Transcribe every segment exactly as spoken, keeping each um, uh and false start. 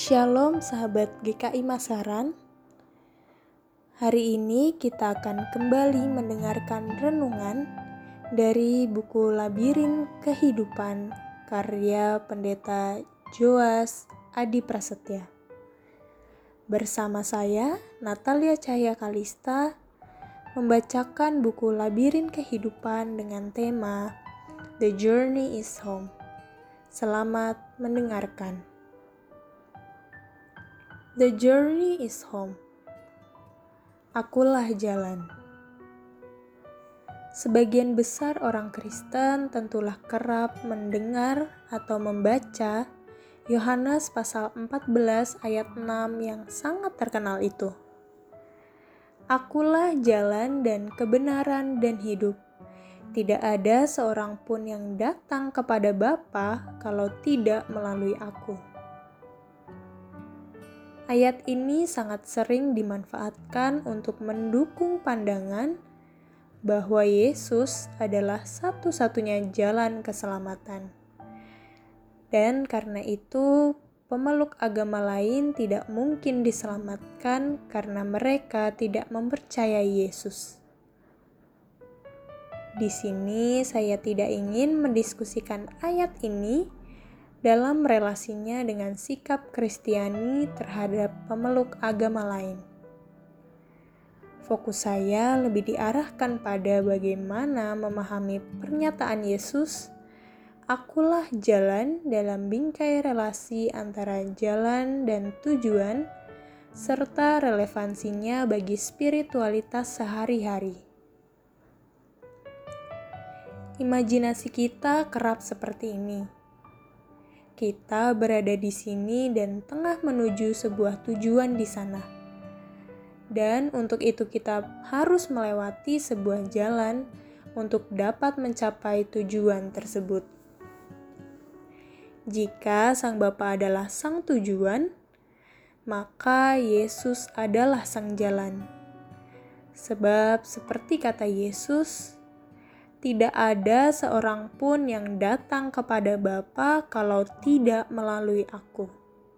Shalom sahabat G K I Masaran. Hari ini kita akan kembali mendengarkan renungan dari buku Labirin Kehidupan karya Pendeta Joas Adi Prasetya. Bersama saya, Natalia Cahya Kalista, membacakan buku Labirin Kehidupan dengan tema The Journey is Home. Selamat mendengarkan. The journey is home. Akulah jalan. Sebagian besar orang Kristen tentulah kerap mendengar atau membaca Yohanes pasal empat belas ayat enam yang sangat terkenal itu. Akulah jalan dan kebenaran dan hidup. Tidak ada seorang pun yang datang kepada Bapa kalau tidak melalui aku. Ayat ini sangat sering dimanfaatkan untuk mendukung pandangan bahwa Yesus adalah satu-satunya jalan keselamatan. Dan karena itu, pemeluk agama lain tidak mungkin diselamatkan karena mereka tidak mempercayai Yesus. Di sini saya tidak ingin mendiskusikan ayat ini dalam relasinya dengan sikap Kristiani terhadap pemeluk agama lain. Fokus saya lebih diarahkan pada bagaimana memahami pernyataan Yesus, akulah jalan dalam bingkai relasi antara jalan dan tujuan, serta relevansinya bagi spiritualitas sehari-hari. Imajinasi kita kerap seperti ini. Kita berada di sini dan tengah menuju sebuah tujuan di sana. Dan untuk itu kita harus melewati sebuah jalan untuk dapat mencapai tujuan tersebut. Jika Sang Bapa adalah sang tujuan, maka Yesus adalah sang jalan. Sebab seperti kata Yesus, tidak ada seorang pun yang datang kepada Bapa kalau tidak melalui aku.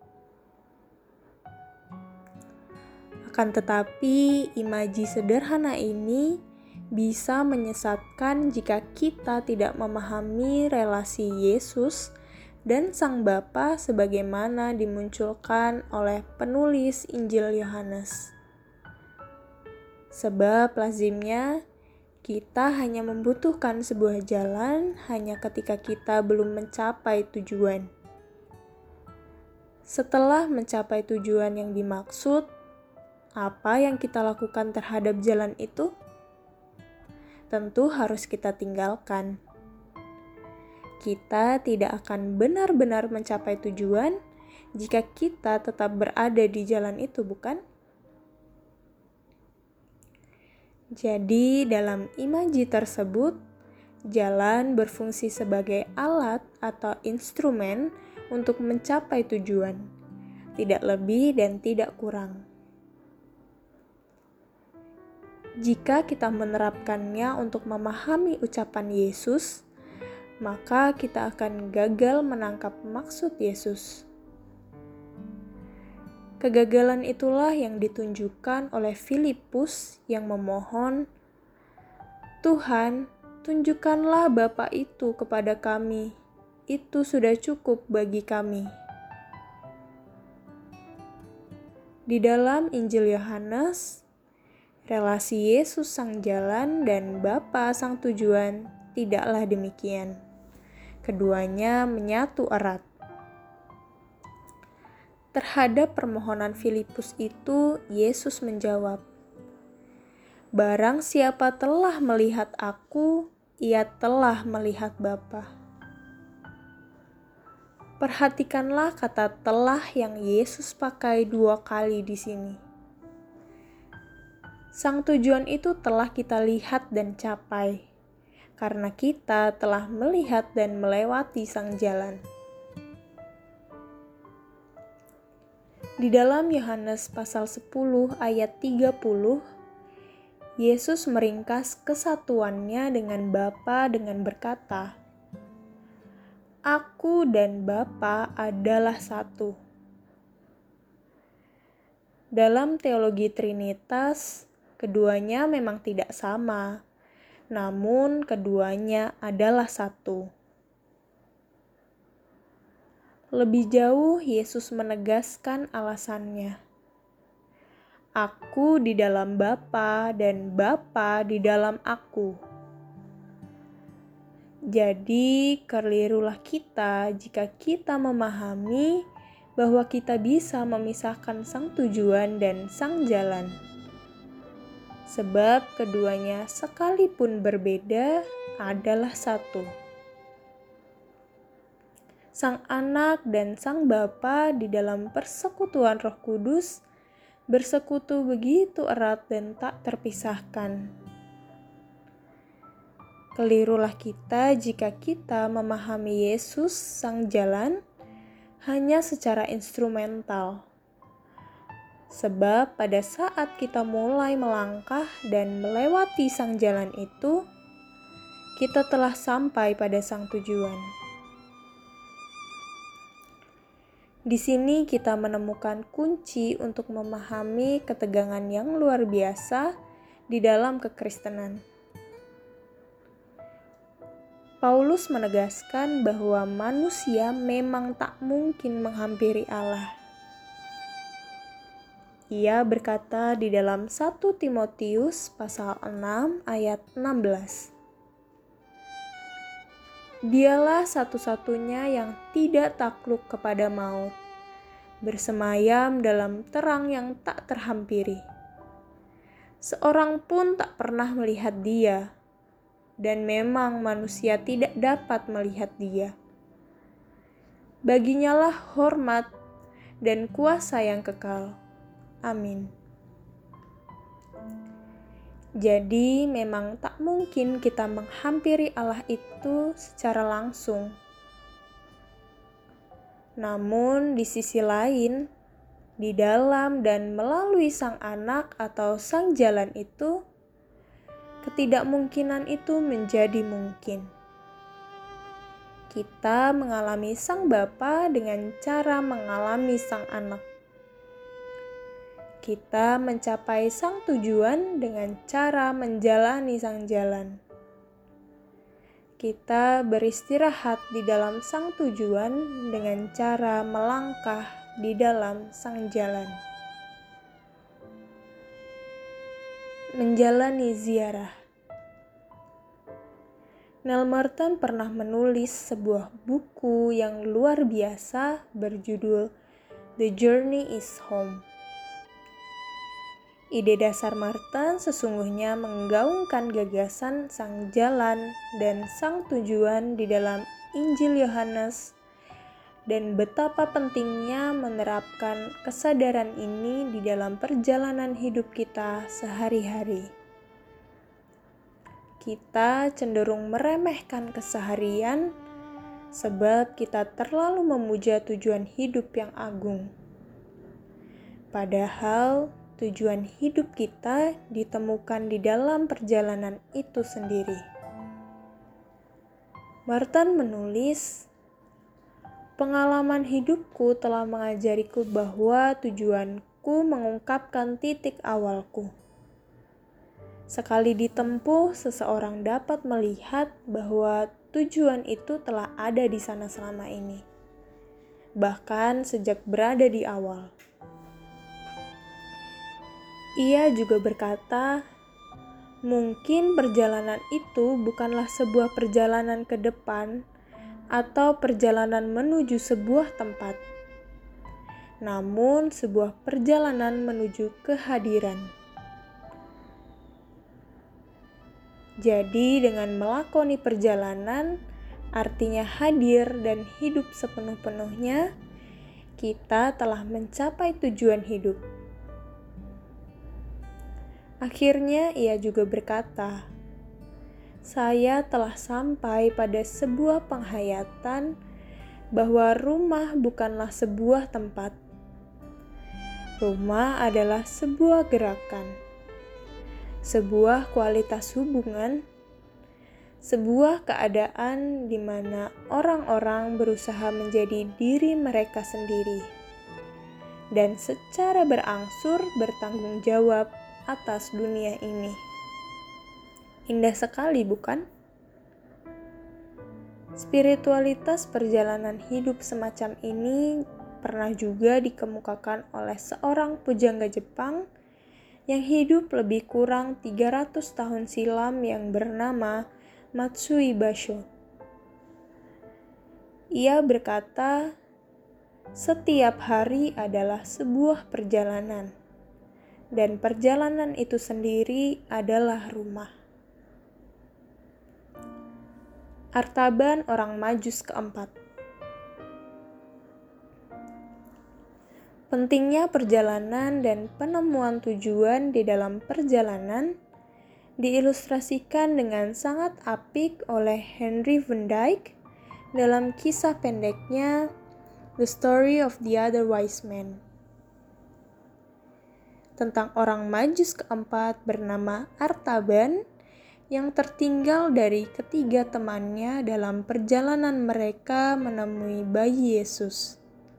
Akan tetapi, imaji sederhana ini bisa menyesatkan jika kita tidak memahami relasi Yesus dan Sang Bapa sebagaimana dimunculkan oleh penulis Injil Yohanes. Sebab lazimnya, kita hanya membutuhkan sebuah jalan hanya ketika kita belum mencapai tujuan. Setelah mencapai tujuan yang dimaksud, apa yang kita lakukan terhadap jalan itu? Tentu harus kita tinggalkan. Kita tidak akan benar-benar mencapai tujuan jika kita tetap berada di jalan itu, bukan? Jadi, dalam imaji tersebut, jalan berfungsi sebagai alat atau instrumen untuk mencapai tujuan, tidak lebih dan tidak kurang. Jika kita menerapkannya untuk memahami ucapan Yesus, maka kita akan gagal menangkap maksud Yesus. Kegagalan itulah yang ditunjukkan oleh Filipus yang memohon, Tuhan, tunjukkanlah Bapa itu kepada kami, itu sudah cukup bagi kami. Di dalam Injil Yohanes, relasi Yesus sang jalan dan Bapa sang tujuan tidaklah demikian. Keduanya menyatu erat. Terhadap permohonan Filipus itu, Yesus menjawab, "Barang siapa telah melihat aku, ia telah melihat Bapa." Perhatikanlah kata "telah" yang Yesus pakai dua kali di sini. Sang tujuan itu telah kita lihat dan capai, karena kita telah melihat dan melewati sang jalan. Di dalam Yohanes pasal sepuluh ayat tiga puluh, Yesus meringkas kesatuannya dengan Bapa dengan berkata, "Aku dan Bapa adalah satu." Dalam teologi Trinitas, keduanya memang tidak sama, namun keduanya adalah satu. Lebih jauh, Yesus menegaskan alasannya. Aku di dalam Bapa dan Bapa di dalam aku. Jadi, kelirulah kita jika kita memahami bahwa kita bisa memisahkan sang tujuan dan sang jalan. Sebab keduanya sekalipun berbeda adalah satu. Sang Anak dan Sang Bapa di dalam persekutuan Roh Kudus bersekutu begitu erat dan tak terpisahkan. Kelirulah kita jika kita memahami Yesus Sang Jalan hanya secara instrumental. Sebab pada saat kita mulai melangkah dan melewati Sang Jalan itu, kita telah sampai pada Sang Tujuan. Di sini kita menemukan kunci untuk memahami ketegangan yang luar biasa di dalam kekristenan. Paulus menegaskan bahwa manusia memang tak mungkin menghampiri Allah. Ia berkata di dalam satu Timotius pasal enam ayat enam belas. Dialah satu-satunya yang tidak takluk kepada maut, bersemayam dalam terang yang tak terhampiri. Seorang pun tak pernah melihat Dia, dan memang manusia tidak dapat melihat Dia. Baginyalah hormat dan kuasa yang kekal. Amin. Jadi memang tak mungkin kita menghampiri Allah itu secara langsung. Namun di sisi lain, di dalam dan melalui Sang Anak atau Sang Jalan itu, ketidakmungkinan itu menjadi mungkin. Kita mengalami Sang Bapa dengan cara mengalami Sang Anak. Kita mencapai sang tujuan dengan cara menjalani sang jalan. Kita beristirahat di dalam sang tujuan dengan cara melangkah di dalam sang jalan. Menjalani ziarah. Neil Morton pernah menulis sebuah buku yang luar biasa berjudul The Journey is Home. Ide dasar Morton sesungguhnya menggaungkan gagasan sang jalan dan sang tujuan di dalam Injil Yohanes, dan betapa pentingnya menerapkan kesadaran ini di dalam perjalanan hidup kita sehari-hari. Kita cenderung meremehkan keseharian sebab kita terlalu memuja tujuan hidup yang agung. Padahal tujuan hidup kita ditemukan di dalam perjalanan itu sendiri. Morton menulis, pengalaman hidupku telah mengajariku bahwa tujuanku mengungkapkan titik awalku. Sekali ditempuh, seseorang dapat melihat bahwa tujuan itu telah ada di sana selama ini, bahkan sejak berada di awal. Ia juga berkata, mungkin perjalanan itu bukanlah sebuah perjalanan ke depan atau perjalanan menuju sebuah tempat, namun sebuah perjalanan menuju kehadiran. Jadi dengan melakoni perjalanan, artinya hadir dan hidup sepenuh-penuhnya, kita telah mencapai tujuan hidup. Akhirnya ia juga berkata, saya telah sampai pada sebuah penghayatan bahwa rumah bukanlah sebuah tempat. Rumah adalah sebuah gerakan, sebuah kualitas hubungan, sebuah keadaan di mana orang-orang berusaha menjadi diri mereka sendiri, dan secara berangsur bertanggung jawab atas dunia ini. Indah sekali, bukan? Spiritualitas perjalanan hidup semacam ini pernah juga dikemukakan oleh seorang pujangga Jepang yang hidup lebih kurang tiga ratus tahun silam yang bernama Matsui Basho. Ia berkata, setiap hari adalah sebuah perjalanan, dan perjalanan itu sendiri adalah rumah. Artaban orang Majus keempat. Pentingnya perjalanan dan penemuan tujuan di dalam perjalanan diilustrasikan dengan sangat apik oleh Henry van Dyke dalam kisah pendeknya The Story of the Other Wise Man, tentang orang Majus keempat bernama Artaban yang tertinggal dari ketiga temannya dalam perjalanan mereka menemui bayi Yesus.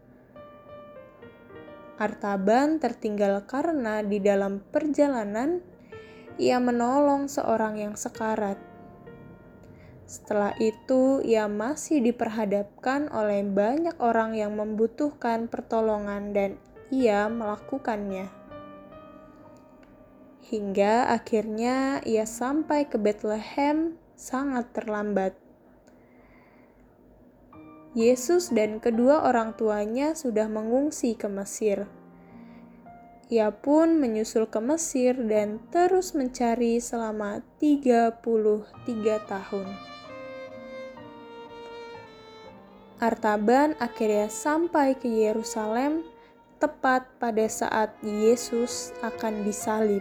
Artaban tertinggal karena di dalam perjalanan ia menolong seorang yang sekarat. Setelah itu, ia masih diperhadapkan oleh banyak orang yang membutuhkan pertolongan dan ia melakukannya. Hingga akhirnya ia sampai ke Bethlehem sangat terlambat. Yesus dan kedua orang tuanya sudah mengungsi ke Mesir. Ia pun menyusul ke Mesir dan terus mencari selama tiga puluh tiga tahun. Artaban akhirnya sampai ke Yerusalem tepat pada saat Yesus akan disalib.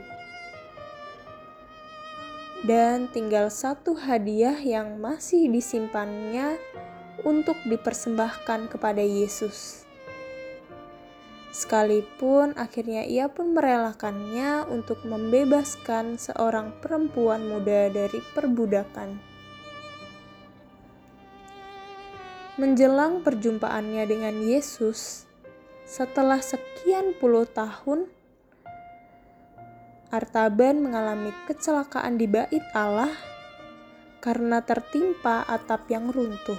Dan tinggal satu hadiah yang masih disimpannya untuk dipersembahkan kepada Yesus. Sekalipun akhirnya ia pun merelakannya untuk membebaskan seorang perempuan muda dari perbudakan. Menjelang perjumpaannya dengan Yesus, setelah sekian puluh tahun, Artaban mengalami kecelakaan di bait Allah karena tertimpa atap yang runtuh.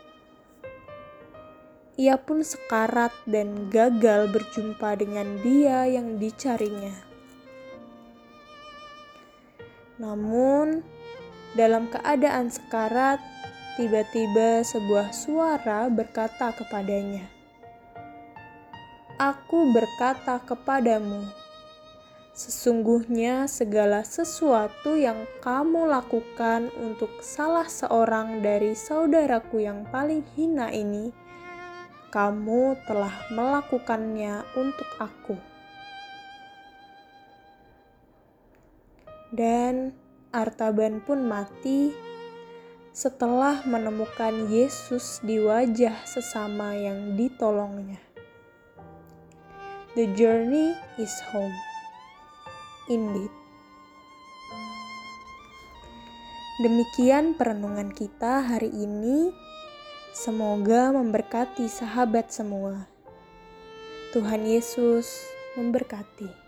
Ia pun sekarat dan gagal berjumpa dengan Dia yang dicarinya. Namun, dalam keadaan sekarat, tiba-tiba sebuah suara berkata kepadanya, "Aku berkata kepadamu, sesungguhnya segala sesuatu yang kamu lakukan untuk salah seorang dari saudaraku yang paling hina ini, kamu telah melakukannya untuk aku." Dan Artaban pun mati setelah menemukan Yesus di wajah sesama yang ditolongnya. The journey is home. Indeed. Demikian perenungan kita hari ini. Semoga memberkati sahabat semua. Tuhan Yesus memberkati.